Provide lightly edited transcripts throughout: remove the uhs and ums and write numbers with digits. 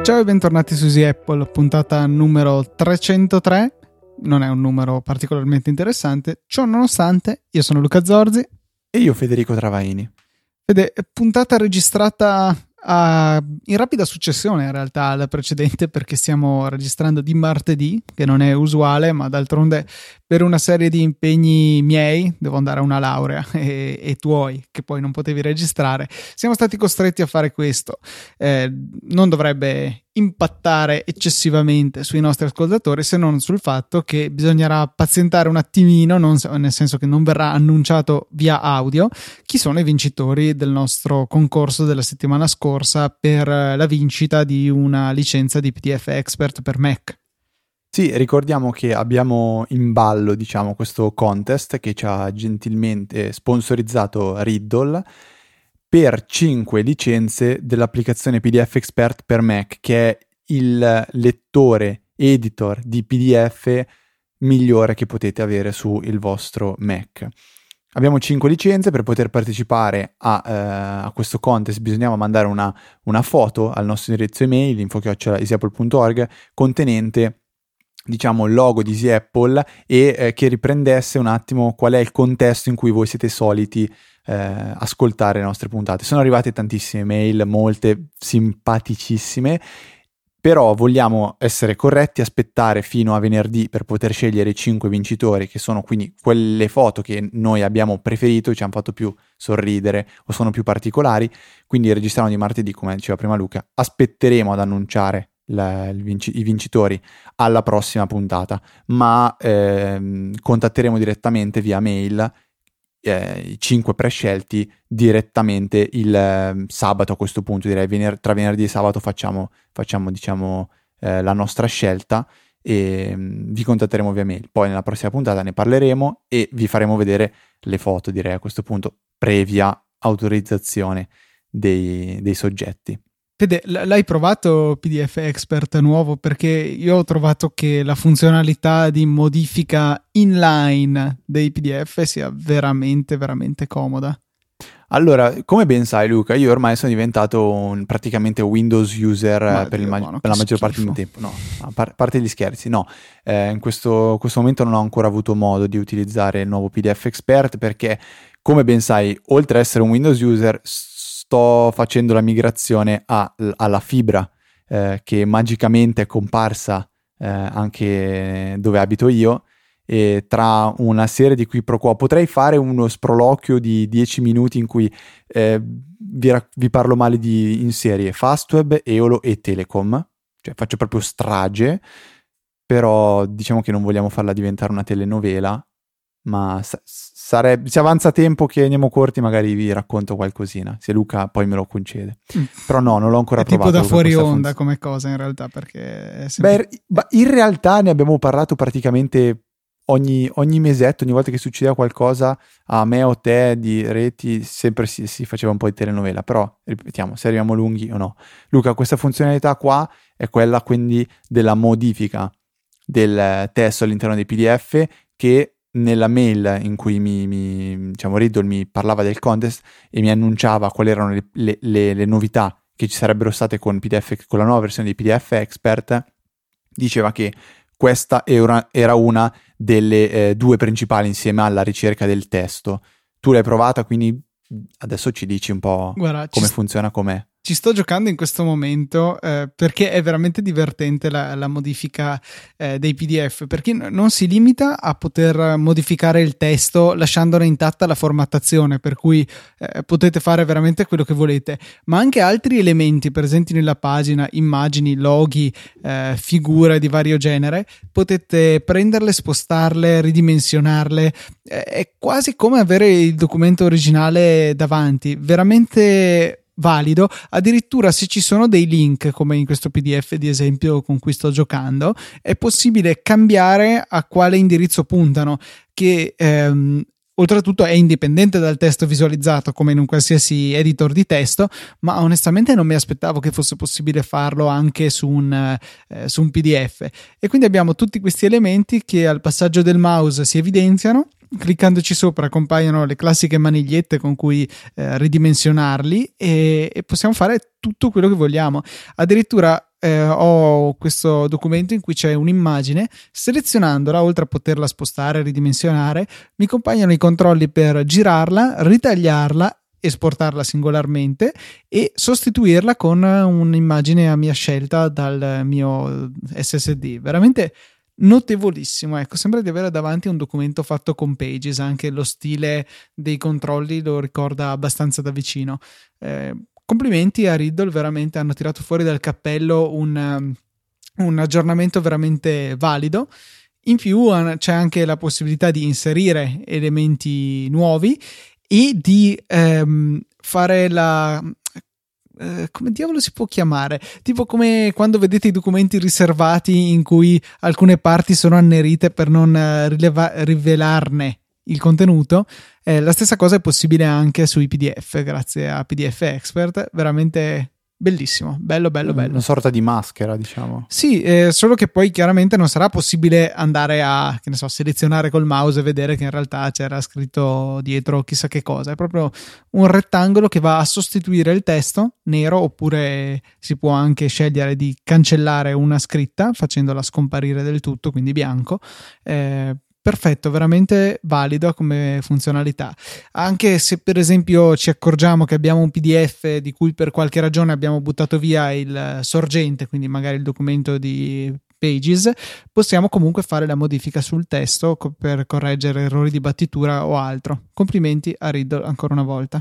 Ciao e bentornati su Easy Apple, puntata numero 303. Non è un numero particolarmente interessante, ciò nonostante io sono Luca Zorzi e io Federico Travaini. Ed è puntata registrata in rapida successione in realtà alla precedente, perché stiamo registrando di martedì, che non è usuale, ma d'altronde per una serie di impegni miei, devo andare a una laurea, e tuoi che poi non potevi registrare, siamo stati costretti a fare questo. Non dovrebbe impattare eccessivamente sui nostri ascoltatori, se non sul fatto che bisognerà pazientare un attimino, nel senso che non verrà annunciato via audio chi sono i vincitori del nostro concorso della settimana scorsa per la vincita di una licenza di PDF Expert per Mac. Sì, ricordiamo che abbiamo in ballo, questo contest che ci ha gentilmente sponsorizzato Riddle per 5 licenze dell'applicazione PDF Expert per Mac, che è il lettore editor di PDF migliore che potete avere sul vostro Mac. Abbiamo 5 licenze. Per poter partecipare a questo contest bisognava mandare una foto al nostro indirizzo email info@easyapple.org contenente il logo di Easy Apple e che riprendesse un attimo qual è il contesto in cui voi siete soliti ascoltare le nostre puntate. Sono arrivate tantissime mail, molte simpaticissime, però vogliamo essere corretti, aspettare fino a venerdì per poter scegliere i 5 vincitori, che sono quindi quelle foto che noi abbiamo preferito, ci hanno fatto più sorridere o sono più particolari. Quindi registriamo di martedì, come diceva prima Luca. Aspetteremo ad annunciare i vincitori alla prossima puntata, ma contatteremo direttamente via mail i 5 prescelti direttamente il sabato. A questo punto direi tra venerdì e sabato facciamo la nostra scelta e vi contatteremo via mail. Poi nella prossima puntata ne parleremo e vi faremo vedere le foto, direi a questo punto, previa autorizzazione dei soggetti. Fede, l'hai provato PDF Expert nuovo? Perché io ho trovato che la funzionalità di modifica inline dei PDF sia veramente, veramente comoda. Allora, come ben sai Luca, io ormai sono diventato praticamente Windows user per la maggior parte del tempo. No, a parte gli scherzi, no. In questo momento non ho ancora avuto modo di utilizzare il nuovo PDF Expert perché, come ben sai, oltre ad essere un Windows user, sto facendo la migrazione alla fibra che magicamente è comparsa anche dove abito io, e tra una serie di qui pro quo potrei fare uno sproloquio di 10 minuti in cui vi parlo male in serie Fastweb, Eolo e Telecom, cioè faccio proprio strage, però diciamo che non vogliamo farla diventare una telenovela, ma se avanza tempo che andiamo corti magari vi racconto qualcosina, se Luca poi me lo concede. Però no, non l'ho ancora provato. È tipo da fuori onda come cosa in realtà, perché è sempre... in realtà ne abbiamo parlato praticamente ogni mesetto, ogni volta che succedeva qualcosa a me o te di reti, sempre si faceva un po' di telenovela. Però ripetiamo, se arriviamo lunghi o no. Luca, questa funzionalità qua è quella quindi della modifica del testo all'interno dei PDF, che nella mail in cui Riddle mi parlava del contest e mi annunciava quali erano le novità che ci sarebbero state con la nuova versione di PDF Expert, diceva che questa era una delle 2 principali insieme alla ricerca del testo. Tu l'hai provata, quindi adesso ci dici un po' come funziona, com'è. Ci sto giocando in questo momento perché è veramente divertente la modifica dei PDF, perché non si limita a poter modificare il testo lasciandone intatta la formattazione, per cui potete fare veramente quello che volete, ma anche altri elementi presenti nella pagina, immagini, loghi, figure di vario genere, potete prenderle, spostarle, ridimensionarle. È quasi come avere il documento originale davanti, veramente valido. Addirittura se ci sono dei link, come in questo PDF di esempio con cui sto giocando, è possibile cambiare a quale indirizzo puntano, che oltretutto è indipendente dal testo visualizzato come in un qualsiasi editor di testo, ma onestamente non mi aspettavo che fosse possibile farlo anche su un PDF. E quindi abbiamo tutti questi elementi che al passaggio del mouse si evidenziano cliccandoci sopra compaiono le classiche manigliette con cui ridimensionarli e possiamo fare tutto quello che vogliamo. Addirittura ho questo documento in cui c'è un'immagine, selezionandola, oltre a poterla spostare, ridimensionare, mi compaiono i controlli per girarla, ritagliarla, esportarla singolarmente e sostituirla con un'immagine a mia scelta dal mio SSD. Veramente notevolissimo, ecco, sembra di avere davanti un documento fatto con Pages, anche lo stile dei controlli lo ricorda abbastanza da vicino. Complimenti a Riddle, veramente hanno tirato fuori dal cappello un aggiornamento veramente valido. In più c'è anche la possibilità di inserire elementi nuovi e di fare la... come diavolo si può chiamare? Tipo come quando vedete i documenti riservati in cui alcune parti sono annerite per non rivelarne il contenuto. La stessa cosa è possibile anche sui PDF grazie a PDF Expert, veramente bellissimo, bello. Una sorta di maschera, diciamo. Sì, solo che poi chiaramente non sarà possibile andare a, che ne so, selezionare col mouse e vedere che in realtà c'era scritto dietro chissà che cosa. È proprio un rettangolo che va a sostituire il testo nero, oppure si può anche scegliere di cancellare una scritta facendola scomparire del tutto, quindi bianco. Perfetto, veramente valido come funzionalità. Anche se per esempio ci accorgiamo che abbiamo un PDF di cui per qualche ragione abbiamo buttato via il sorgente, quindi magari il documento di Pages, possiamo comunque fare la modifica sul testo per correggere errori di battitura o altro. Complimenti a Riddle ancora una volta.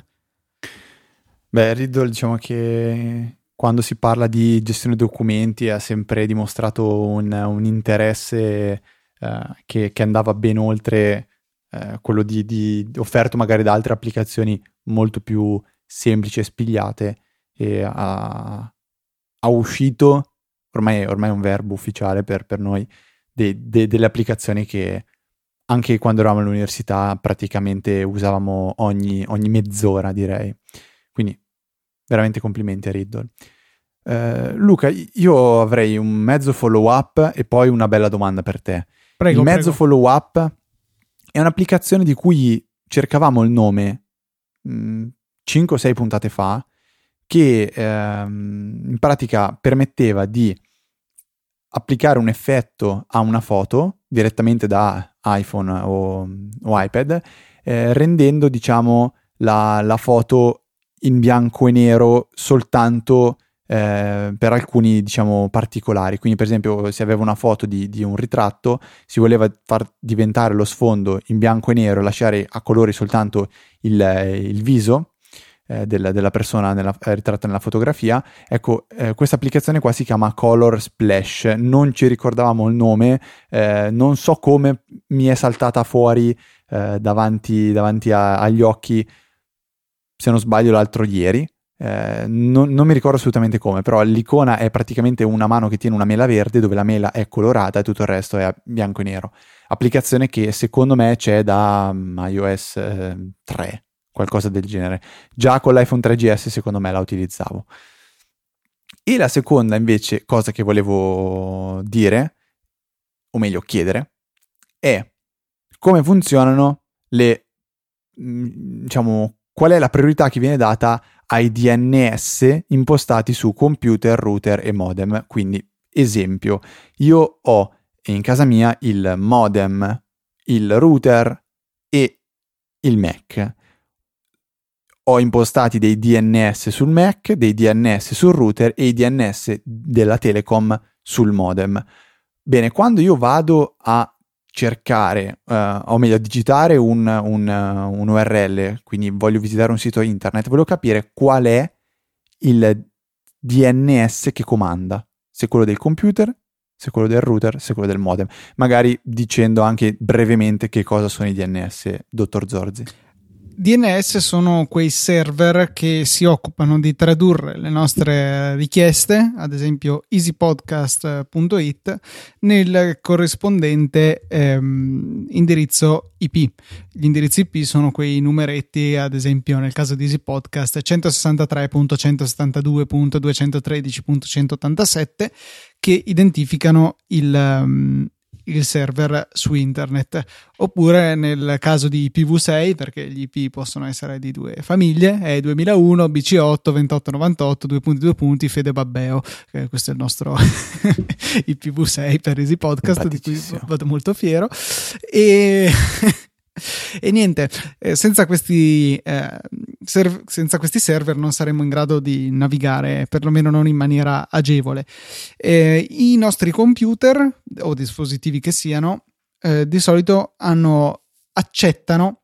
Beh, Riddle, diciamo che quando si parla di gestione documenti ha sempre dimostrato un interesse che andava ben oltre quello di offerto magari da altre applicazioni molto più semplici e spigliate, e ha uscito, ormai è un verbo ufficiale per noi, delle applicazioni che anche quando eravamo all'università praticamente usavamo ogni mezz'ora, direi. Quindi veramente complimenti a Riddle. Luca, io avrei un mezzo follow up e poi una bella domanda per te. Prego, il mezzo follow up è un'applicazione di cui cercavamo il nome 5 o 6 puntate fa, che in pratica permetteva di applicare un effetto a una foto direttamente da iPhone o iPad, rendendo, diciamo, la foto in bianco e nero soltanto per alcuni, diciamo, particolari. Quindi per esempio se aveva una foto di un ritratto, si voleva far diventare lo sfondo in bianco e nero e lasciare a colori soltanto il viso della persona ritratta nella fotografia. Ecco, questa applicazione qua si chiama Color Splash, non ci ricordavamo il nome, non so come mi è saltata fuori davanti agli occhi, se non sbaglio l'altro ieri. Non mi ricordo assolutamente come, però l'icona è praticamente una mano che tiene una mela verde dove la mela è colorata e tutto il resto è bianco e nero. Applicazione che secondo me c'è da iOS 3, qualcosa del genere. Già con l'iPhone 3GS secondo me la utilizzavo. E la seconda invece cosa che volevo dire, o meglio chiedere, è come funzionano diciamo, qual è la priorità che viene data ai DNS impostati su computer, router e modem. Quindi, esempio, io ho in casa mia il modem, il router e il Mac. Ho impostati dei DNS sul Mac, dei DNS sul router e i DNS della Telecom sul modem. Bene, quando io vado a cercare, o meglio a digitare un URL, quindi voglio visitare un sito internet, voglio capire qual è il DNS che comanda, se quello del computer, se quello del router, se quello del modem, magari dicendo anche brevemente che cosa sono i DNS, dottor Zorzi. DNS sono quei server che si occupano di tradurre le nostre richieste, ad esempio easypodcast.it, nel corrispondente indirizzo IP. Gli indirizzi IP sono quei numeretti, ad esempio nel caso di Easy Podcast 163.172.213.187, che identificano il server su internet, oppure nel caso di IPv6, perché gli IP possono essere di due famiglie, è 2001 BC8 2898 2.2 Fede Babbeo, questo è il nostro IPv6 per Easy Podcast, di cui vado molto fiero. E e niente, senza questi server non saremmo in grado di navigare, perlomeno non in maniera agevole. I nostri computer o dispositivi che siano di solito accettano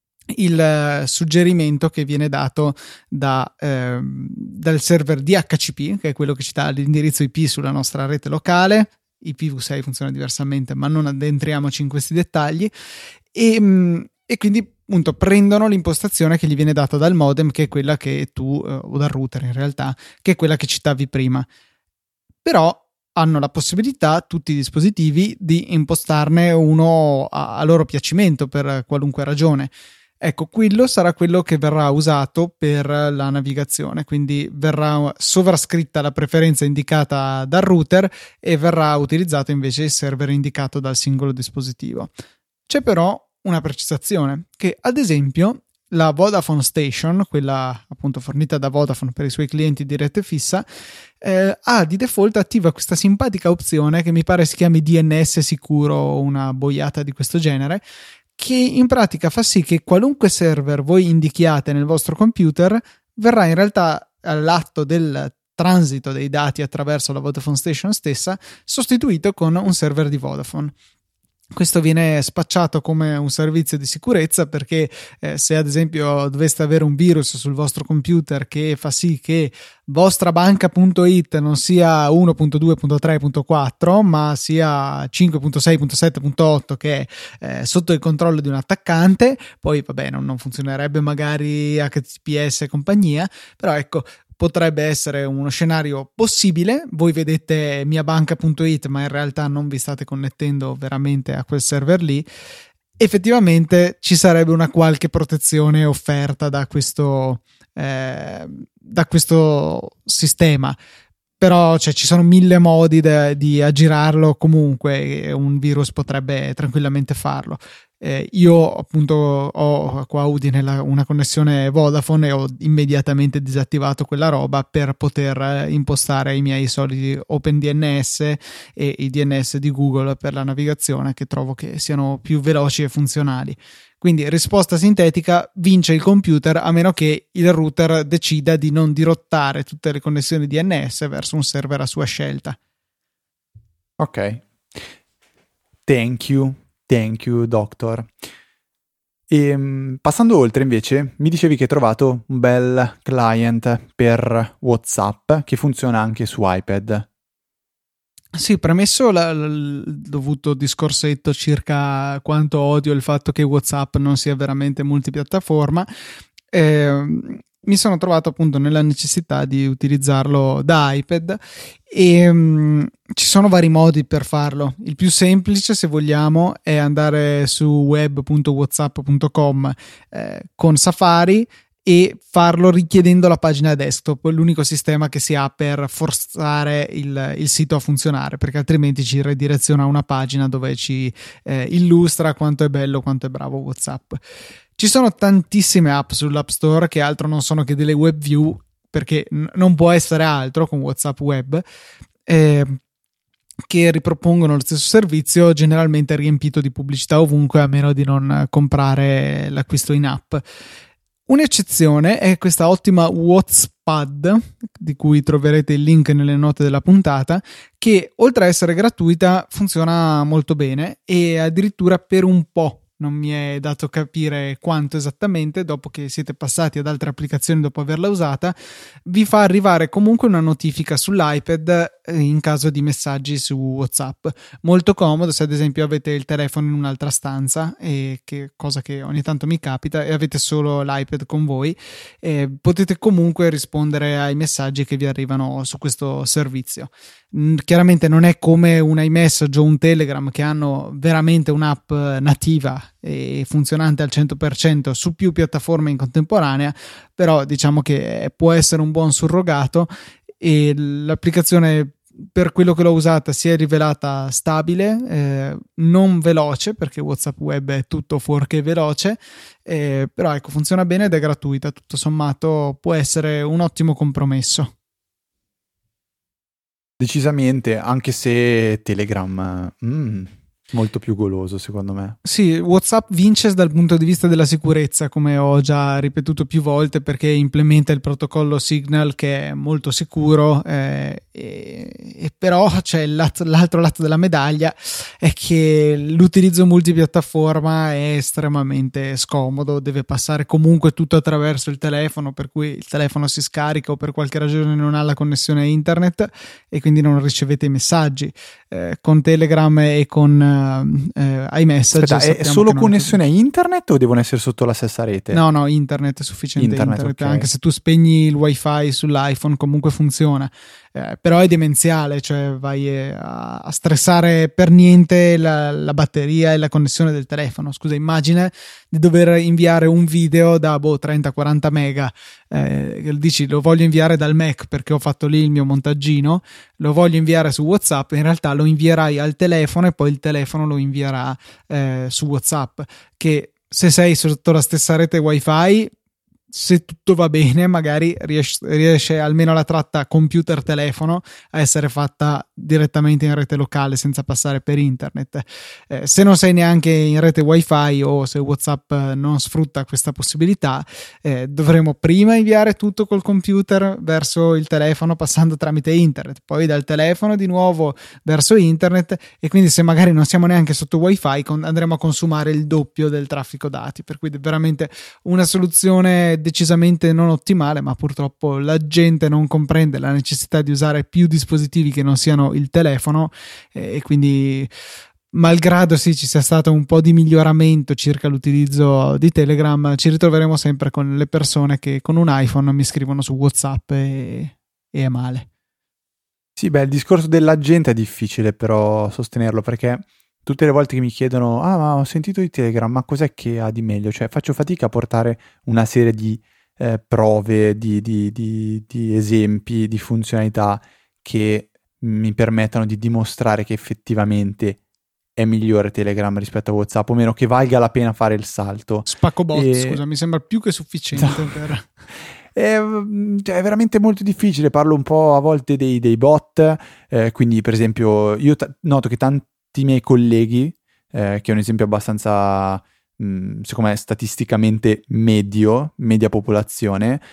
il suggerimento che viene dato dal server DHCP, che è quello che ci dà l'indirizzo IP sulla nostra rete locale. IPv6 funziona diversamente, ma non addentriamoci in questi dettagli. E quindi appunto prendono l'impostazione che gli viene data dal modem, che è quella che tu o dal router in realtà, che è quella che citavi prima. Però hanno la possibilità, tutti i dispositivi, di impostarne uno a loro piacimento per qualunque ragione. Ecco, quello sarà quello che verrà usato per la navigazione, quindi verrà sovrascritta la preferenza indicata dal router e verrà utilizzato invece il server indicato dal singolo dispositivo. C'è però una precisazione, che ad esempio la Vodafone Station, quella appunto fornita da Vodafone per i suoi clienti di rete fissa, ha di default attiva questa simpatica opzione che mi pare si chiami DNS sicuro o una boiata di questo genere, che in pratica fa sì che qualunque server voi indichiate nel vostro computer verrà in realtà all'atto del transito dei dati attraverso la Vodafone Station stessa sostituito con un server di Vodafone. Questo viene spacciato come un servizio di sicurezza perché se ad esempio doveste avere un virus sul vostro computer che fa sì che vostrabanca.it non sia 1.2.3.4 ma sia 5.6.7.8 che è sotto il controllo di un attaccante, poi vabbè non funzionerebbe magari HTTPS e compagnia, però ecco, potrebbe essere uno scenario possibile. Voi vedete miabanca.it ma in realtà non vi state connettendo veramente a quel server lì. Effettivamente ci sarebbe una qualche protezione offerta da questo sistema, però ci sono mille modi di aggirarlo comunque e un virus potrebbe tranquillamente farlo. Io appunto ho qua a Udine una connessione Vodafone e ho immediatamente disattivato quella roba per poter impostare i miei soliti OpenDNS e i DNS di Google per la navigazione, che trovo che siano più veloci e funzionali. Quindi risposta sintetica: vince il computer a meno che il router decida di non dirottare tutte le connessioni DNS verso un server a sua scelta. Ok, thank you doctor. E passando oltre invece, mi dicevi che hai trovato un bel client per WhatsApp che funziona anche su iPad. Sì, premesso il dovuto discorsetto circa quanto odio il fatto che WhatsApp non sia veramente multipiattaforma, mi sono trovato appunto nella necessità di utilizzarlo da iPad e ci sono vari modi per farlo. Il più semplice, se vogliamo, è andare su web.whatsapp.com con Safari e farlo richiedendo la pagina desktop, l'unico sistema che si ha per forzare il sito a funzionare, perché altrimenti ci redireziona a una pagina dove ci illustra quanto è bello, quanto è bravo WhatsApp. Ci sono tantissime app sull'App Store che altro non sono che delle web view, perché non può essere altro con WhatsApp web, che ripropongono lo stesso servizio, generalmente riempito di pubblicità ovunque, a meno di non comprare l'acquisto in app. Un'eccezione è questa ottima WhatsPad, di cui troverete il link nelle note della puntata, che oltre a essere gratuita funziona molto bene e addirittura per un po'. Non mi è dato capire quanto esattamente, dopo che siete passati ad altre applicazioni dopo averla usata, vi fa arrivare comunque una notifica sull'iPad in caso di messaggi su WhatsApp. Molto comodo se ad esempio avete il telefono in un'altra stanza, cosa che ogni tanto mi capita, e avete solo l'iPad con voi, potete comunque rispondere ai messaggi che vi arrivano su questo servizio. Chiaramente non è come un iMessage o un Telegram che hanno veramente un'app nativa e funzionante al 100% su più piattaforme in contemporanea, però diciamo che può essere un buon surrogato e l'applicazione per quello che l'ho usata si è rivelata stabile, non veloce, perché WhatsApp web è tutto fuorché veloce, però ecco, funziona bene ed è gratuita, tutto sommato può essere un ottimo compromesso. Decisamente, anche se Telegram molto più goloso secondo me. Sì, WhatsApp vince dal punto di vista della sicurezza, come ho già ripetuto più volte, perché implementa il protocollo Signal che è molto sicuro, e però c'è l'altro lato della medaglia, è che l'utilizzo multipiattaforma è estremamente scomodo, deve passare comunque tutto attraverso il telefono, per cui il telefono si scarica o per qualche ragione non ha la connessione a internet e quindi non ricevete i messaggi. Con Telegram e con iMessage. Aspetta, è solo connessione a internet o devono essere sotto la stessa rete? No, internet è sufficiente. Internet. Okay. Anche se tu spegni il wifi sull'iPhone comunque funziona, però è demenziale, cioè vai a stressare per niente la batteria e la connessione del telefono. Scusa, immagina di dover inviare un video da 30-40 mega, dici lo voglio inviare dal Mac perché ho fatto lì il mio montaggino, lo voglio inviare su WhatsApp, in realtà lo invierai al telefono e poi il telefono lo invierà su WhatsApp, che se sei sotto la stessa rete wifi, se tutto va bene magari riesce almeno la tratta computer-telefono a essere fatta direttamente in rete locale senza passare per internet. Se non sei neanche in rete wifi o se WhatsApp non sfrutta questa possibilità, dovremo prima inviare tutto col computer verso il telefono passando tramite internet, poi dal telefono di nuovo verso internet, e quindi se magari non siamo neanche sotto wifi andremo a consumare il doppio del traffico dati, per cui è veramente una soluzione decisamente non ottimale, ma purtroppo la gente non comprende la necessità di usare più dispositivi che non siano il telefono, e quindi malgrado sì ci sia stato un po' di miglioramento circa l'utilizzo di Telegram, ci ritroveremo sempre con le persone che con un iPhone mi scrivono su WhatsApp e è male. Sì, beh, il discorso della gente è difficile però sostenerlo, perché tutte le volte che mi chiedono ma ho sentito di Telegram, ma cos'è che ha di meglio? Cioè faccio fatica a portare una serie di prove, di esempi, di funzionalità che mi permettano di dimostrare che effettivamente è migliore Telegram rispetto a WhatsApp, o meno che valga la pena fare il salto. Spacco bot, scusa, mi sembra più che sufficiente per... È veramente molto difficile. Parlo un po' a volte dei bot, quindi per esempio io noto che tanti miei colleghi, che è un esempio abbastanza secondo me statisticamente media popolazione,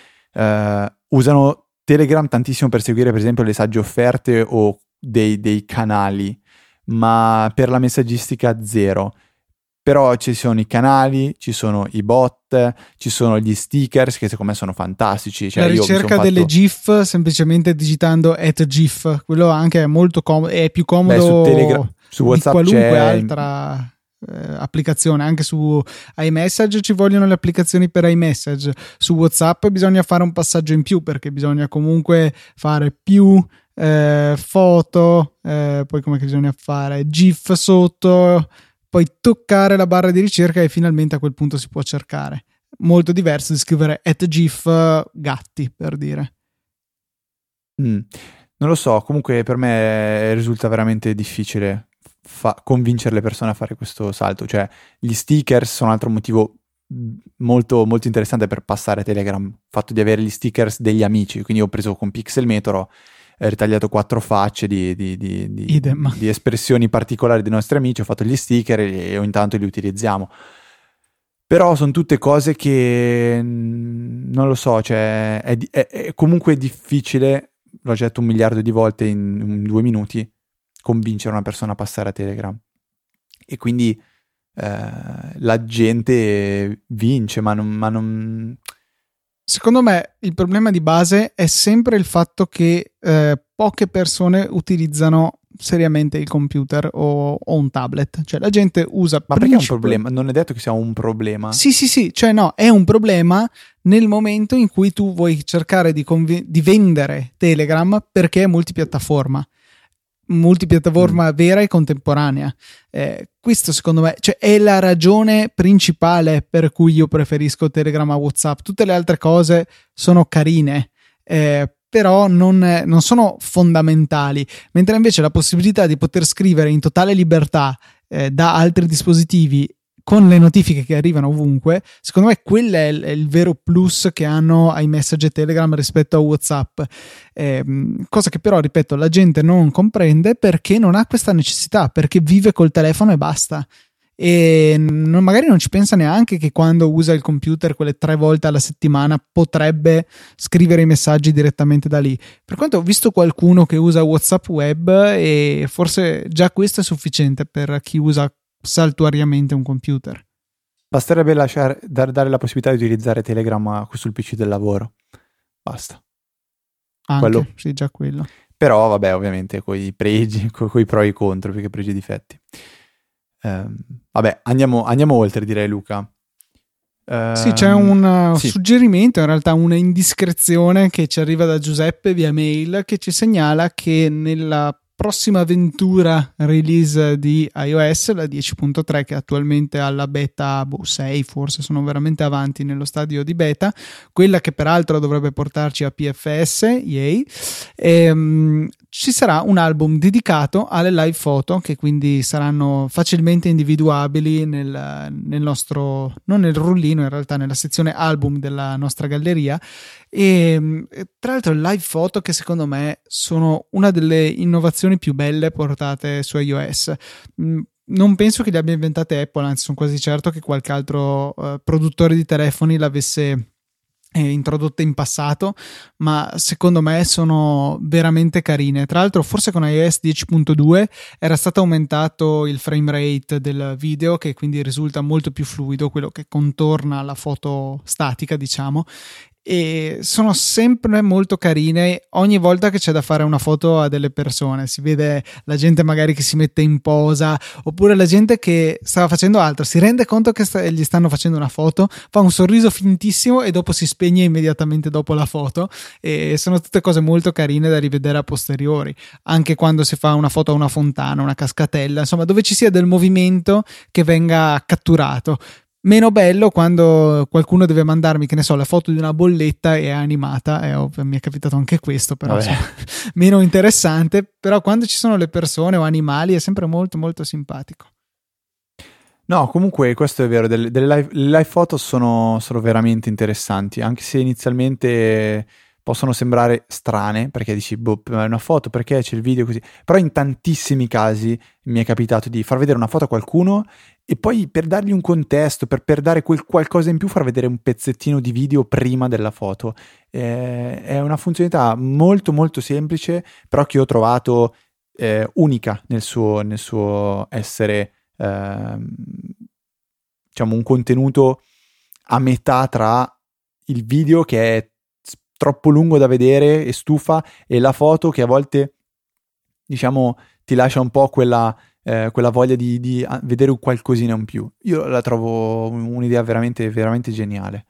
usano Telegram tantissimo per seguire per esempio le sagge offerte o dei canali, ma per la messaggistica zero. Però ci sono i canali, ci sono i bot, ci sono gli stickers che secondo me sono fantastici. Cioè, la ricerca delle GIF semplicemente digitando @GIF, quello anche è molto comodo, è più comodo su WhatsApp di qualunque altra applicazione. Anche su iMessage ci vogliono le applicazioni per iMessage, su WhatsApp bisogna fare un passaggio in più perché bisogna comunque fare più foto, poi come che bisogna fare GIF sotto, poi toccare la barra di ricerca e finalmente a quel punto si può cercare. Molto diverso di scrivere @GIF gatti, per dire. Non lo so, comunque per me risulta veramente difficile convincere le persone a fare questo salto. Cioè gli stickers sono un altro motivo molto, molto interessante per passare a Telegram, il fatto di avere gli stickers degli amici. Quindi ho preso con Pixelmator, ho ritagliato 4 facce di espressioni particolari dei nostri amici, ho fatto gli sticker e ogni tanto li utilizziamo. Però sono tutte cose che non lo so, cioè è comunque difficile, l'ho già detto 1 miliardo di volte in 2 minuti, convincere una persona a passare a Telegram. E quindi la gente vince, ma non... Secondo me il problema di base è sempre il fatto che poche persone utilizzano seriamente il computer o un tablet. Cioè la gente usa... Ma perché è un problema? Non è detto che sia un problema. Sì, cioè no, è un problema nel momento in cui tu vuoi cercare di vendere Telegram perché è multipiattaforma vera e contemporanea. Questo secondo me, cioè, è la ragione principale per cui io preferisco Telegram a WhatsApp. Tutte le altre cose sono carine, però non sono fondamentali, mentre invece la possibilità di poter scrivere in totale libertà da altri dispositivi con le notifiche che arrivano ovunque, secondo me quello è il vero plus che hanno iMessage e Telegram rispetto a WhatsApp, cosa che però, ripeto, la gente non comprende perché non ha questa necessità, perché vive col telefono e basta. E magari non ci pensa neanche che quando usa il computer quelle 3 volte alla settimana potrebbe scrivere i messaggi direttamente da lì. Per quanto ho visto qualcuno che usa WhatsApp web, e forse già questo è sufficiente per chi usa saltuariamente un computer. Basterebbe dare la possibilità di utilizzare Telegram sul PC del lavoro, basta. Anche, sì, già quello. Però vabbè, ovviamente coi pregi, coi pro e i contro, più che pregi e difetti. Vabbè, andiamo oltre, direi, Luca. Sì, c'è un suggerimento, in realtà una indiscrezione che ci arriva da Giuseppe via mail, che ci segnala che nella prossima avventura release di iOS, la 10.3, che attualmente ha la beta 6, forse sono veramente avanti nello stadio di beta, quella che peraltro dovrebbe portarci a PFS, yay, ci sarà un album dedicato alle live photo, che quindi saranno facilmente individuabili nel nostro, non nel rullino, in realtà nella sezione album della nostra galleria. E tra l'altro live photo che secondo me sono una delle innovazioni più belle portate su iOS. Non penso che le abbia inventate Apple, anzi sono quasi certo che qualche altro produttore di telefoni l'avesse introdotte in passato, ma secondo me sono veramente carine. Tra l'altro forse con iOS 10.2 era stato aumentato il frame rate del video, che quindi risulta molto più fluido, quello che contorna la foto statica, diciamo, e sono sempre molto carine. Ogni volta che c'è da fare una foto a delle persone si vede la gente magari che si mette in posa, oppure la gente che stava facendo altro, si rende conto che gli stanno facendo una foto, fa un sorriso fintissimo e dopo si spegne immediatamente dopo la foto, e sono tutte cose molto carine da rivedere a posteriori. Anche quando si fa una foto a una fontana, una cascatella, insomma dove ci sia del movimento che venga catturato. Meno bello quando qualcuno deve mandarmi, che ne so, la foto di una bolletta e è animata, ovvio, mi è capitato anche questo, però insomma, meno interessante. Però quando ci sono le persone o animali è sempre molto molto simpatico. No, comunque questo è vero, le live photo sono veramente interessanti, anche se inizialmente possono sembrare strane, perché dici, boh, è una foto, perché c'è il video così, però in tantissimi casi mi è capitato di far vedere una foto a qualcuno e poi per dargli un contesto, per dare quel qualcosa in più, far vedere un pezzettino di video prima della foto. È una funzionalità molto molto semplice, però che ho trovato unica nel suo essere, diciamo, un contenuto a metà tra il video che è troppo lungo da vedere e stufa, e la foto che a volte, diciamo, ti lascia un po' quella voglia di vedere qualcosina in più. Io la trovo un'idea veramente veramente geniale.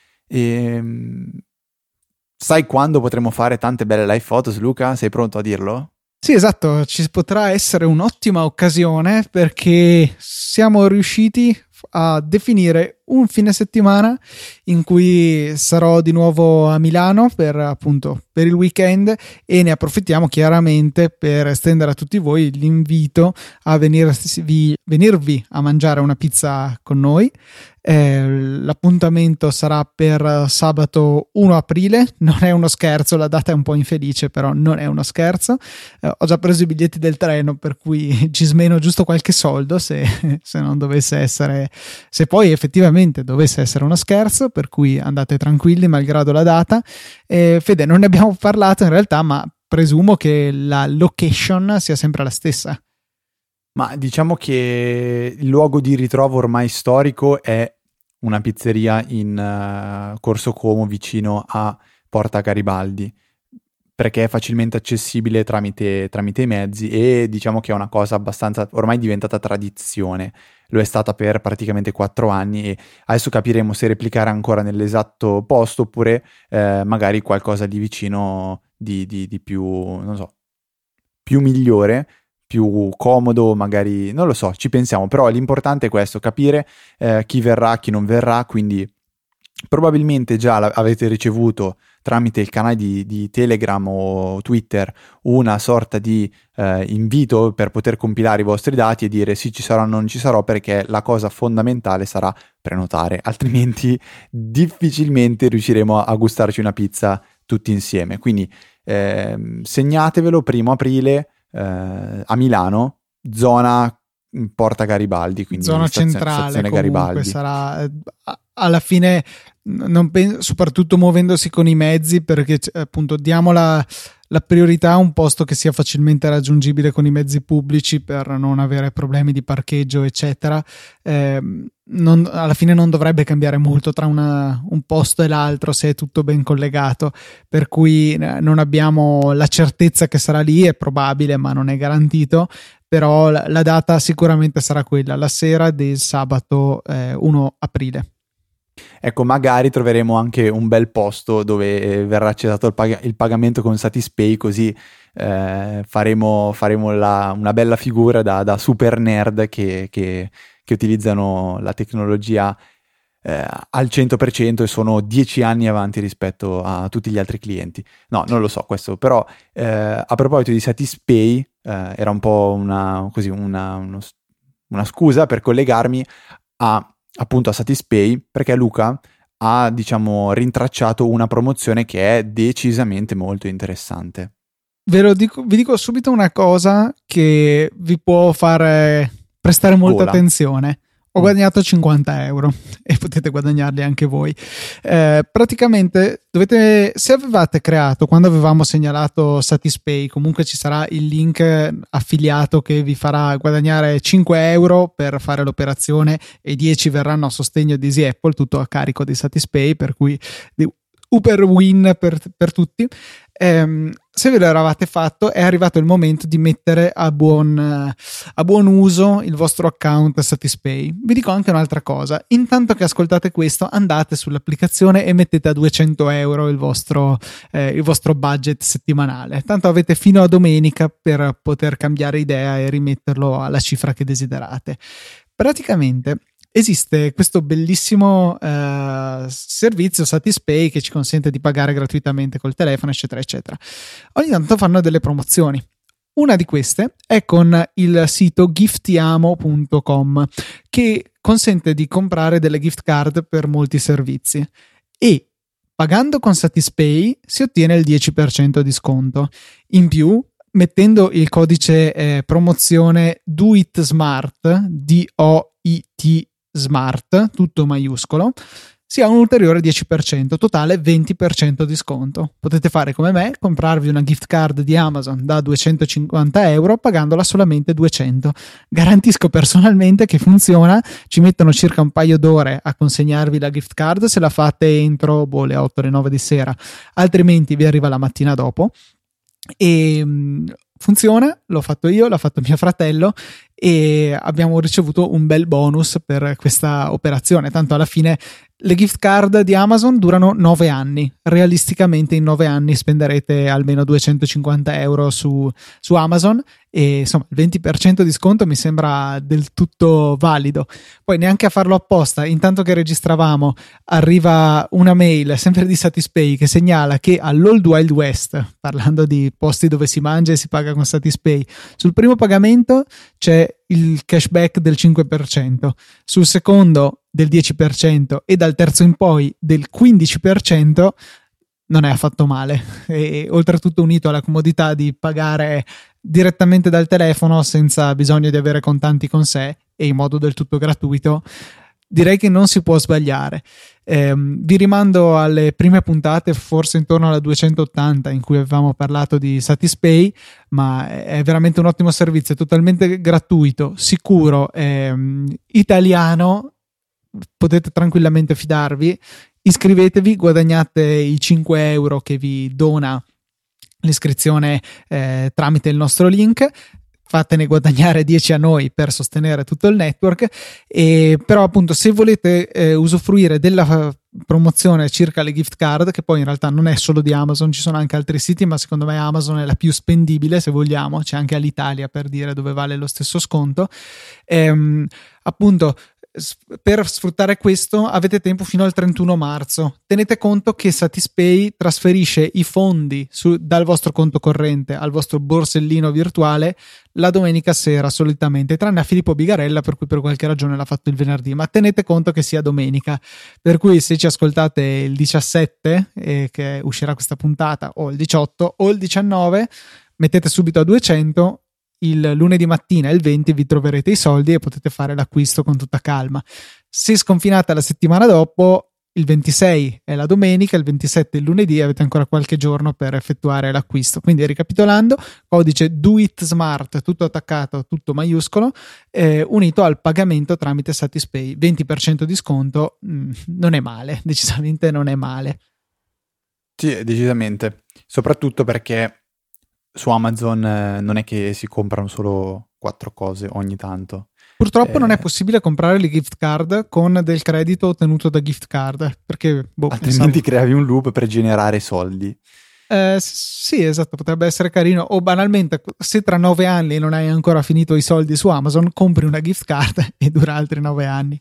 Sai quando potremo fare tante belle live photos, Luca? Sei pronto a dirlo? Sì, esatto, ci potrà essere un'ottima occasione, perché siamo riusciti a definire un fine settimana in cui sarò di nuovo a Milano per il weekend, e ne approfittiamo chiaramente per estendere a tutti voi l'invito a venirvi a mangiare una pizza con noi. L'appuntamento sarà per sabato 1 aprile, non è uno scherzo, la data è un po' infelice, però non è uno scherzo. Ho già preso i biglietti del treno, per cui ci smeno giusto qualche soldo se non dovesse essere, se poi effettivamente dovesse essere uno scherzo, per cui andate tranquilli malgrado la data. Fede, non ne abbiamo parlato in realtà, ma presumo che la location sia sempre la stessa. Ma diciamo che il luogo di ritrovo ormai storico è una pizzeria in Corso Como, vicino a Porta Garibaldi, perché è facilmente accessibile tramite i mezzi, e diciamo che è una cosa abbastanza ormai diventata tradizione. Lo è stata per praticamente 4 anni, e adesso capiremo se replicare ancora nell'esatto posto, oppure magari qualcosa di vicino di più, non so, più migliore, più comodo, magari, non lo so, ci pensiamo. Però l'importante è questo, capire chi verrà, chi non verrà, quindi probabilmente già avete ricevuto tramite il canale di Telegram o Twitter una sorta di invito per poter compilare i vostri dati e dire sì, ci sarò o non ci sarò, perché la cosa fondamentale sarà prenotare, altrimenti difficilmente riusciremo a gustarci una pizza tutti insieme. Quindi segnatevelo, 1° aprile a Milano, zona Porta Garibaldi, quindi zona centrale, stazione comunque Garibaldi. sarà alla fine, non penso, soprattutto muovendosi con i mezzi, perché appunto diamo la priorità a un posto che sia facilmente raggiungibile con i mezzi pubblici per non avere problemi di parcheggio eccetera. Alla fine non dovrebbe cambiare molto tra un posto e l'altro se è tutto ben collegato, per cui non abbiamo la certezza che sarà lì, è probabile ma non è garantito, però la data sicuramente sarà quella, la sera del sabato 1 aprile. Ecco, magari troveremo anche un bel posto dove verrà accettato il pagamento con Satispay, così faremo una bella figura da super nerd che utilizzano la tecnologia al 100% e sono 10 anni avanti rispetto a tutti gli altri clienti. No, non lo so questo, però a proposito di Satispay, era un po' una scusa per collegarmi appunto a Satispay, perché Luca ha, diciamo, rintracciato una promozione che è decisamente molto interessante. Vi dico subito una cosa che vi può fare prestare molta attenzione. Ho guadagnato 50 euro e potete guadagnarli anche voi. Praticamente se avevate creato, quando avevamo segnalato Satispay, comunque ci sarà il link affiliato che vi farà guadagnare 5 euro per fare l'operazione e 10 verranno a sostegno di Easy Apple, tutto a carico di Satispay, per cui Uber win per tutti. Se ve l'eravate fatto, è arrivato il momento di mettere a buon uso il vostro account Satispay. Vi dico anche un'altra cosa: intanto che ascoltate questo, andate sull'applicazione e mettete a 200 euro il vostro budget settimanale, tanto avete fino a domenica per poter cambiare idea e rimetterlo alla cifra che desiderate. Praticamente esiste questo bellissimo servizio Satispay che ci consente di pagare gratuitamente col telefono, eccetera, eccetera. Ogni tanto fanno delle promozioni. Una di queste è con il sito giftiamo.com, che consente di comprare delle gift card per molti servizi, e pagando con Satispay si ottiene il 10% di sconto. In più, mettendo il codice promozione DOITSMART, DOIT Smart, tutto maiuscolo, si ha un ulteriore 10%, totale 20% di sconto. Potete fare come me, comprarvi una gift card di Amazon da 250 euro pagandola solamente 200. Garantisco personalmente che funziona, ci mettono circa un paio d'ore a consegnarvi la gift card se la fate entro le 8, le 9 di sera, altrimenti vi arriva la mattina dopo. E funziona, l'ho fatto io, l'ha fatto mio fratello e abbiamo ricevuto un bel bonus per questa operazione. Tanto alla fine le gift card di Amazon durano 9 anni. Realisticamente in 9 anni spenderete almeno 250 euro su Amazon, e insomma il 20% di sconto mi sembra del tutto valido. Poi neanche a farlo apposta, intanto che registravamo arriva una mail sempre di Satispay che segnala che all'Old Wild West, parlando di posti dove si mangia e si paga con Satispay, sul primo pagamento c'è il cashback del 5%, sul secondo del 10% e dal terzo in poi del 15%. Non è affatto male, e oltretutto unito alla comodità di pagare direttamente dal telefono senza bisogno di avere contanti con sé e in modo del tutto gratuito, direi che non si può sbagliare. Vi rimando alle prime puntate, forse intorno alla 280, in cui avevamo parlato di Satispay, ma è veramente un ottimo servizio, totalmente gratuito, sicuro, italiano, potete tranquillamente fidarvi. Iscrivetevi, guadagnate i 5 euro che vi dona l'iscrizione tramite il nostro link, fatene guadagnare 10 a noi per sostenere tutto il network. E però appunto, se volete usufruire della promozione circa le gift card, che poi in realtà non è solo di Amazon, ci sono anche altri siti, ma secondo me Amazon è la più spendibile, se vogliamo, c'è anche Alitalia, per dire, dove vale lo stesso sconto. Appunto, per sfruttare questo avete tempo fino al 31 marzo. Tenete conto che Satispay trasferisce i fondi dal vostro conto corrente al vostro borsellino virtuale la domenica sera solitamente, tranne a Filippo Bigarella, per cui per qualche ragione l'ha fatto il venerdì, ma tenete conto che sia domenica, per cui se ci ascoltate il 17 che uscirà questa puntata, o il 18 o il 19, mettete subito a 200. Il lunedì mattina e il 20 vi troverete i soldi e potete fare l'acquisto con tutta calma. Se sconfinate la settimana dopo, il 26 è la domenica, il 27 è il lunedì, avete ancora qualche giorno per effettuare l'acquisto. Quindi, ricapitolando, codice DoItSmart, tutto attaccato, tutto maiuscolo, unito al pagamento tramite Satispay. 20% di sconto, non è male, decisamente non è male. Sì, decisamente, soprattutto perché su Amazon non è che si comprano solo 4 cose ogni tanto. Purtroppo non è possibile comprare le gift card con del credito ottenuto da gift card, perché altrimenti creavi un loop per generare soldi. Sì, esatto, potrebbe essere carino. O banalmente, se tra 9 anni non hai ancora finito i soldi su Amazon, compri una gift card e dura altri 9 anni.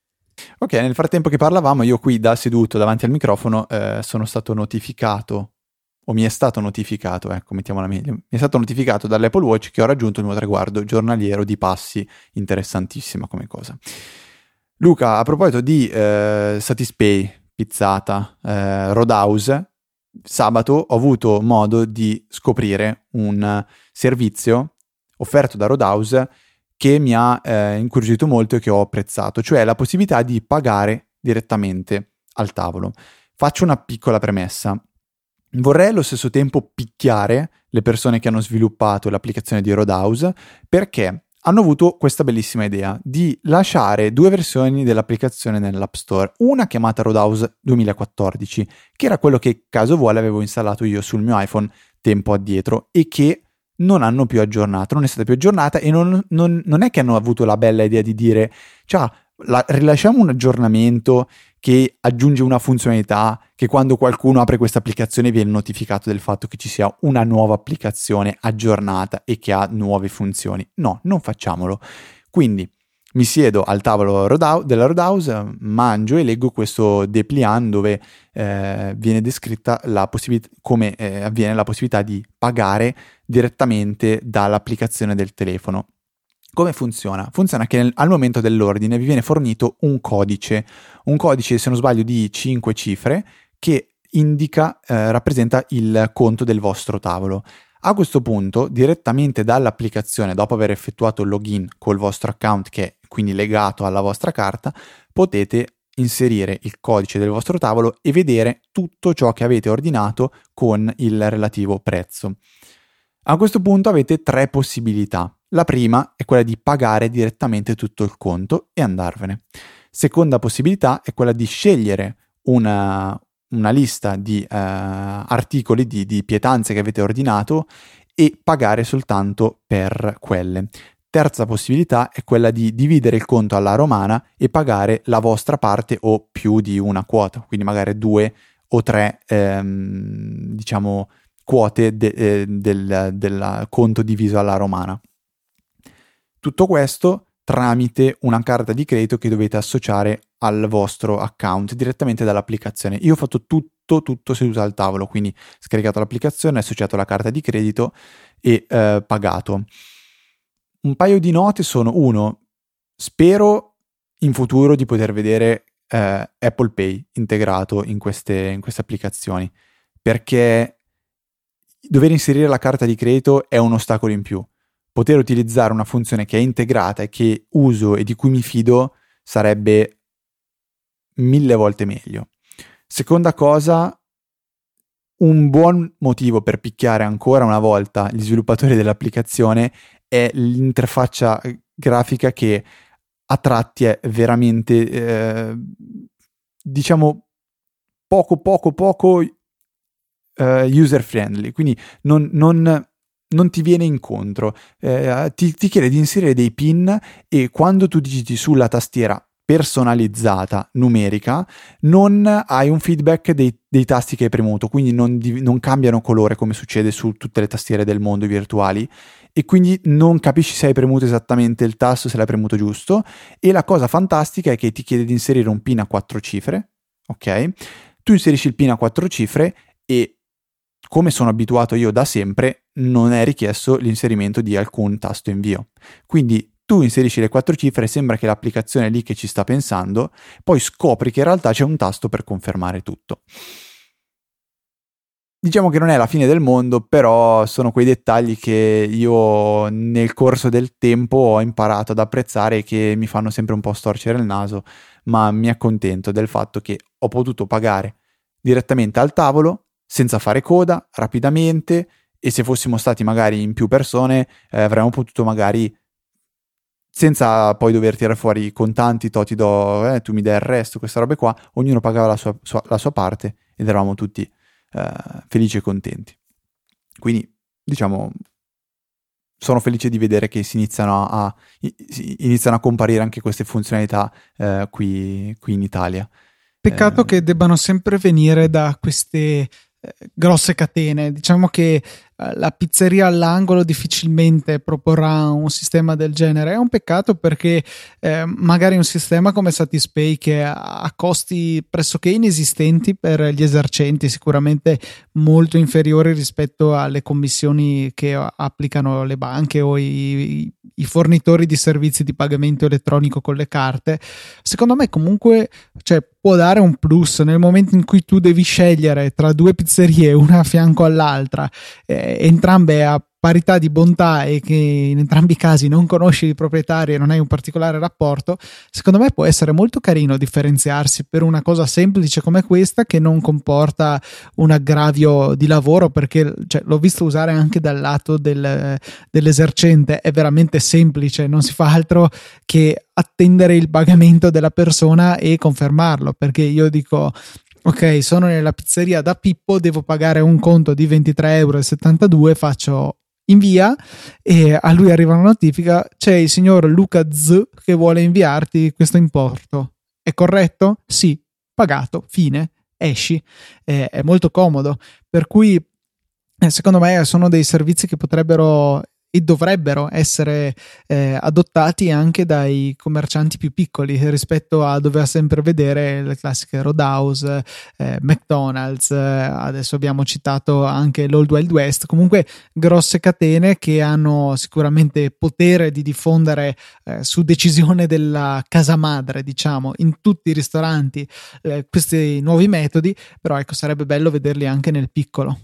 Ok, nel frattempo che parlavamo, io qui da seduto davanti al microfono sono stato notificato, o mi è stato notificato, ecco, mettiamola meglio, mi è stato notificato dall'Apple Watch che ho raggiunto il mio traguardo giornaliero di passi, interessantissima come cosa. Luca, a proposito di Satispay, Pizzata, Roadhouse, sabato ho avuto modo di scoprire un servizio offerto da Roadhouse che mi ha incuriosito molto e che ho apprezzato, cioè la possibilità di pagare direttamente al tavolo. Faccio una piccola premessa. Vorrei allo stesso tempo picchiare le persone che hanno sviluppato l'applicazione di Roadhouse, perché hanno avuto questa bellissima idea di lasciare 2 versioni dell'applicazione nell'App Store, una chiamata Roadhouse 2014, che era quello che caso vuole avevo installato io sul mio iPhone tempo addietro e che non hanno più aggiornato, non è stata più aggiornata e non è che hanno avuto la bella idea di dire ciao, rilasciamo un aggiornamento che aggiunge una funzionalità che quando qualcuno apre questa applicazione viene notificato del fatto che ci sia una nuova applicazione aggiornata e che ha nuove funzioni. No, non facciamolo. Quindi mi siedo al tavolo della Roadhouse, mangio e leggo questo dépliant dove viene descritta la possibilità, come avviene la possibilità di pagare direttamente dall'applicazione del telefono. Come funziona? Funziona che al momento dell'ordine vi viene fornito un codice se non sbaglio di 5 cifre che rappresenta il conto del vostro tavolo. A questo punto, direttamente dall'applicazione, dopo aver effettuato il login col vostro account che è quindi legato alla vostra carta, potete inserire il codice del vostro tavolo e vedere tutto ciò che avete ordinato con il relativo prezzo. A questo punto avete 3 possibilità. La prima è quella di pagare direttamente tutto il conto e andarvene. Seconda possibilità è quella di scegliere una lista di articoli, di pietanze che avete ordinato e pagare soltanto per quelle. Terza possibilità è quella di dividere il conto alla romana e pagare la vostra parte o più di una quota, quindi magari 2 o 3 quote del conto diviso alla romana. Tutto questo tramite una carta di credito che dovete associare al vostro account direttamente dall'applicazione. Io ho fatto tutto seduto al tavolo, quindi scaricato l'applicazione, associato la carta di credito e pagato. Un paio di note sono: 1, spero in futuro di poter vedere Apple Pay integrato in queste applicazioni, perché dover inserire la carta di credito è un ostacolo in più. Poter utilizzare una funzione che è integrata e che uso e di cui mi fido sarebbe 1000 volte meglio. Seconda cosa, un buon motivo per picchiare ancora una volta gli sviluppatori dell'applicazione è l'interfaccia grafica che a tratti è veramente poco user friendly, quindi non ti viene incontro, ti chiede di inserire dei pin e quando tu digiti sulla tastiera personalizzata numerica non hai un feedback dei tasti che hai premuto, quindi non cambiano colore come succede su tutte le tastiere del mondo virtuali e quindi non capisci se hai premuto esattamente il tasto, se l'hai premuto giusto. E la cosa fantastica è che ti chiede di inserire un PIN a 4 cifre, ok? Tu inserisci il PIN a 4 cifre e, come sono abituato io da sempre, non è richiesto l'inserimento di alcun tasto invio. Quindi tu inserisci le 4 cifre, sembra che l'applicazione è lì che ci sta pensando, poi scopri che in realtà c'è un tasto per confermare tutto. Diciamo che non è la fine del mondo, però sono quei dettagli che io nel corso del tempo ho imparato ad apprezzare e che mi fanno sempre un po' storcere il naso, ma mi accontento del fatto che ho potuto pagare direttamente al tavolo, senza fare coda, rapidamente, e se fossimo stati magari in più persone avremmo potuto magari, senza poi dover tirare fuori i contanti, ti do, tu mi dai il resto, queste robe qua, ognuno pagava la sua parte ed eravamo tutti felici e contenti. Quindi diciamo sono felice di vedere che iniziano a comparire anche queste funzionalità qui in Italia. Peccato che debbano sempre venire da queste grosse catene. Diciamo che la pizzeria all'angolo difficilmente proporrà un sistema del genere. È un peccato perché magari un sistema come Satispay, che ha costi pressoché inesistenti per gli esercenti, sicuramente molto inferiori rispetto alle commissioni che applicano le banche o i fornitori di servizi di pagamento elettronico con le carte, secondo me comunque, cioè, può dare un plus nel momento in cui tu devi scegliere tra due pizzerie, una a fianco all'altra, entrambe a parità di bontà, e che in entrambi i casi non conosci i proprietari e non hai un particolare rapporto. Secondo me può essere molto carino differenziarsi per una cosa semplice come questa, che non comporta un aggravio di lavoro, perché cioè, l'ho visto usare anche dal lato dell'esercente. È veramente semplice, non si fa altro che attendere il pagamento della persona e confermarlo, perché io dico: ok, sono nella pizzeria da Pippo, devo pagare un conto di 23,72 €, faccio invia e a lui arriva una notifica: c'è il signor Luca Z che vuole inviarti questo importo. È corretto? Sì, pagato, fine, esci. È molto comodo, per cui secondo me sono dei servizi che potrebbero e dovrebbero essere adottati anche dai commercianti più piccoli, rispetto a dover sempre vedere le classiche Roadhouse, McDonald's, adesso abbiamo citato anche l'Old Wild West, comunque grosse catene che hanno sicuramente potere di diffondere su decisione della casa madre, diciamo, in tutti i ristoranti questi nuovi metodi, però ecco, sarebbe bello vederli anche nel piccolo.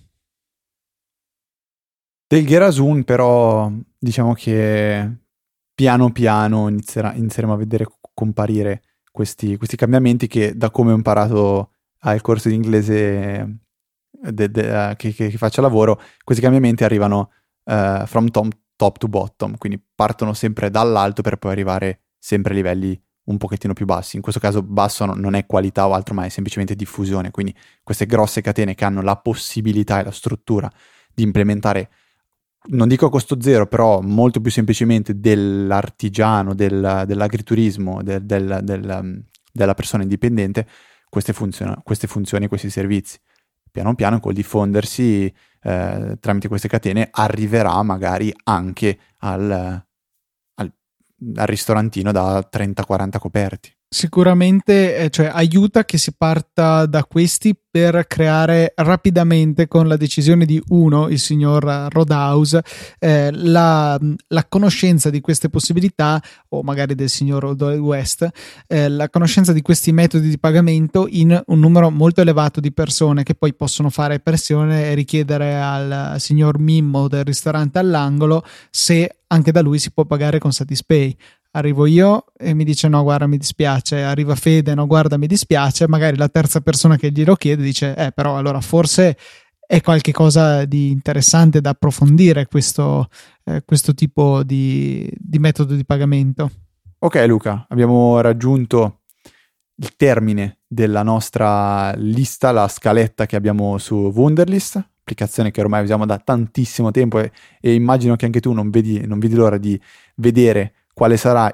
Del Gerasun però diciamo che piano piano inizieremo a vedere comparire questi cambiamenti che, da come ho imparato al corso di inglese che faccio lavoro, questi cambiamenti arrivano from top to bottom, quindi partono sempre dall'alto per poi arrivare sempre a livelli un pochettino più bassi. In questo caso basso non è qualità o altro, ma è semplicemente diffusione, quindi queste grosse catene che hanno la possibilità e la struttura di implementare, non dico a costo zero, però molto più semplicemente, dell'artigiano, dell'agriturismo, della persona indipendente, queste funzioni, questi servizi. Piano piano, col diffondersi tramite queste catene, arriverà magari anche al ristorantino da 30-40 coperti. Sicuramente cioè, aiuta che si parta da questi per creare rapidamente, con la decisione di uno, il signor Roadhouse, la conoscenza di queste possibilità, o magari del signor Old West, la conoscenza di questi metodi di pagamento in un numero molto elevato di persone, che poi possono fare pressione e richiedere al signor Mimmo del ristorante all'angolo se anche da lui si può pagare con Satispay. Arrivo io e mi dice: no, guarda, mi dispiace. Arriva Fede: no, guarda, mi dispiace. Magari la terza persona che glielo chiede dice: però allora forse è qualche cosa di interessante da approfondire, questo tipo di metodo di pagamento. Ok Luca, abbiamo raggiunto il termine della nostra lista, la scaletta che abbiamo su Wunderlist, applicazione che ormai usiamo da tantissimo tempo, e immagino che anche tu non vedi l'ora di vedere quale sarà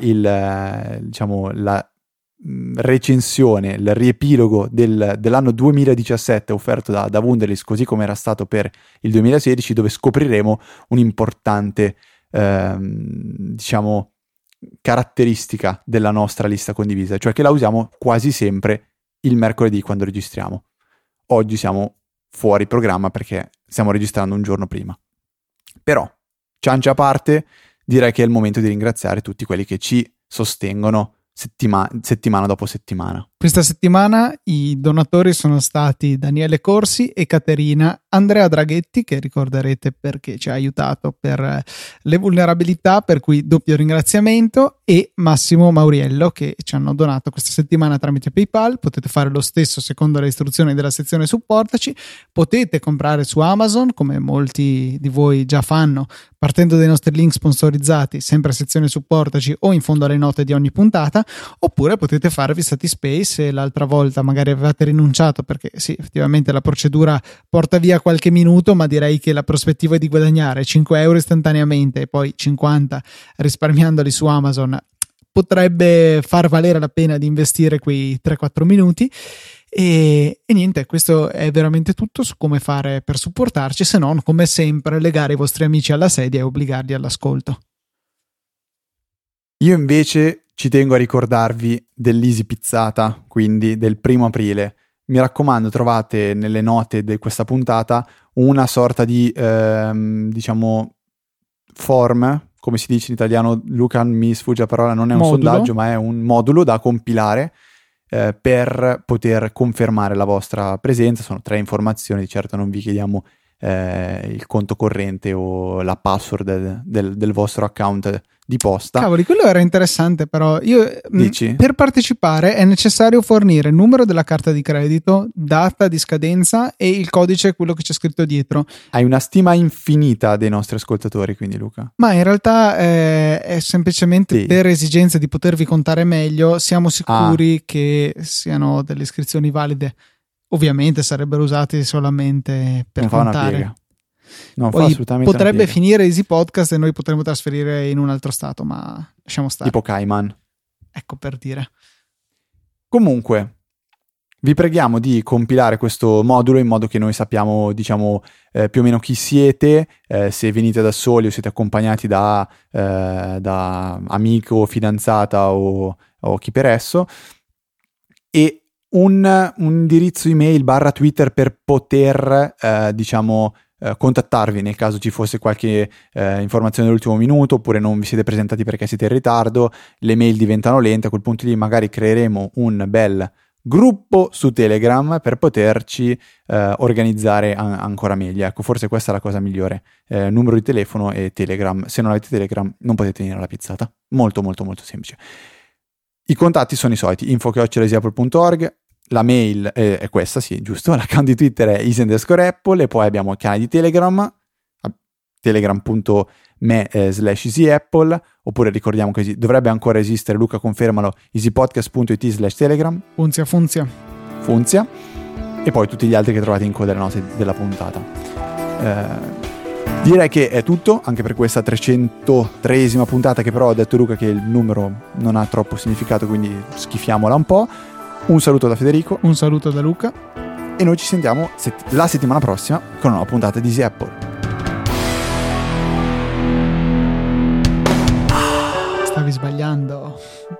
la recensione, il riepilogo dell'anno 2017 offerto da Wunderlist, così come era stato per il 2016, dove scopriremo un importante diciamo, caratteristica della nostra lista condivisa, cioè che la usiamo quasi sempre il mercoledì quando registriamo. Oggi siamo fuori programma perché stiamo registrando un giorno prima. Però, ciance a parte, direi che è il momento di ringraziare tutti quelli che ci sostengono settimana dopo settimana. Questa settimana i donatori sono stati Daniele Corsi e Caterina, Andrea Draghetti, che ricorderete perché ci ha aiutato per le vulnerabilità, per cui doppio ringraziamento, e Massimo Mauriello, che ci hanno donato questa settimana tramite PayPal. Potete fare lo stesso secondo le istruzioni della sezione supportaci, potete comprare su Amazon come molti di voi già fanno partendo dai nostri link sponsorizzati sempre a sezione supportaci o in fondo alle note di ogni puntata, oppure potete farvi Satispace se l'altra volta magari avevate rinunciato, perché sì, effettivamente la procedura porta via qualche minuto, ma direi che la prospettiva è di guadagnare 5 euro istantaneamente e poi 50 risparmiandoli su Amazon potrebbe far valere la pena di investire quei 3-4 minuti. E niente, questo è veramente tutto su come fare per supportarci, se non, come sempre, legare i vostri amici alla sedia e obbligarli all'ascolto. Io invece ci tengo a ricordarvi dell'Easy Pizzata, quindi del 1 aprile. Mi raccomando, trovate nelle note di questa puntata una sorta di, diciamo, form, come si dice in italiano, Luca mi sfugge la parola, non è un sondaggio, ma è un modulo da compilare per poter confermare la vostra presenza. Sono 3 informazioni, di certo non vi chiediamo il conto corrente o la password del vostro account di posta. Cavoli, quello era interessante, però Dici? Per partecipare è necessario fornire il numero della carta di credito, data di scadenza e il codice, quello che c'è scritto dietro. Hai una stima infinita dei nostri ascoltatori, quindi, Luca. Ma in realtà è semplicemente per esigenze di potervi contare meglio, siamo sicuri che siano delle iscrizioni valide. Ovviamente sarebbero usati solamente per contare. Non poi fa assolutamente potrebbe finire Easy Podcast e noi potremmo trasferire in un altro stato, ma lasciamo stare. Tipo Cayman. Ecco, per dire. Comunque, vi preghiamo di compilare questo modulo in modo che noi sappiamo, diciamo, più o meno chi siete, se venite da soli o siete accompagnati da amico, fidanzata o chi per esso, e un indirizzo email / Twitter per poter, diciamo, contattarvi nel caso ci fosse qualche informazione dell'ultimo minuto, oppure non vi siete presentati perché siete in ritardo, le mail diventano lente. A quel punto lì magari creeremo un bel gruppo su Telegram per poterci organizzare ancora meglio. Ecco, forse questa è la cosa migliore, numero di telefono e Telegram. Se non avete Telegram non potete venire alla pizzata, molto molto molto semplice. I contatti sono i soliti: info@easyapple.org. La mail è questa, sì, giusto. L'account di Twitter è easy_apple, e poi abbiamo il canale di Telegram, telegram.me/easyapple, oppure ricordiamo che dovrebbe ancora esistere, Luca confermalo, easypodcast.it/telegram. Funzia. E poi tutti gli altri che trovate in coda delle note della puntata. Direi che è tutto anche per questa 303esima puntata, che però ha detto Luca che il numero non ha troppo significato, quindi schifiamola un po'. Un saluto da Federico. Un saluto da Luca. E noi ci sentiamo la settimana prossima con una nuova puntata di Easy Apple. Stavi sbagliando.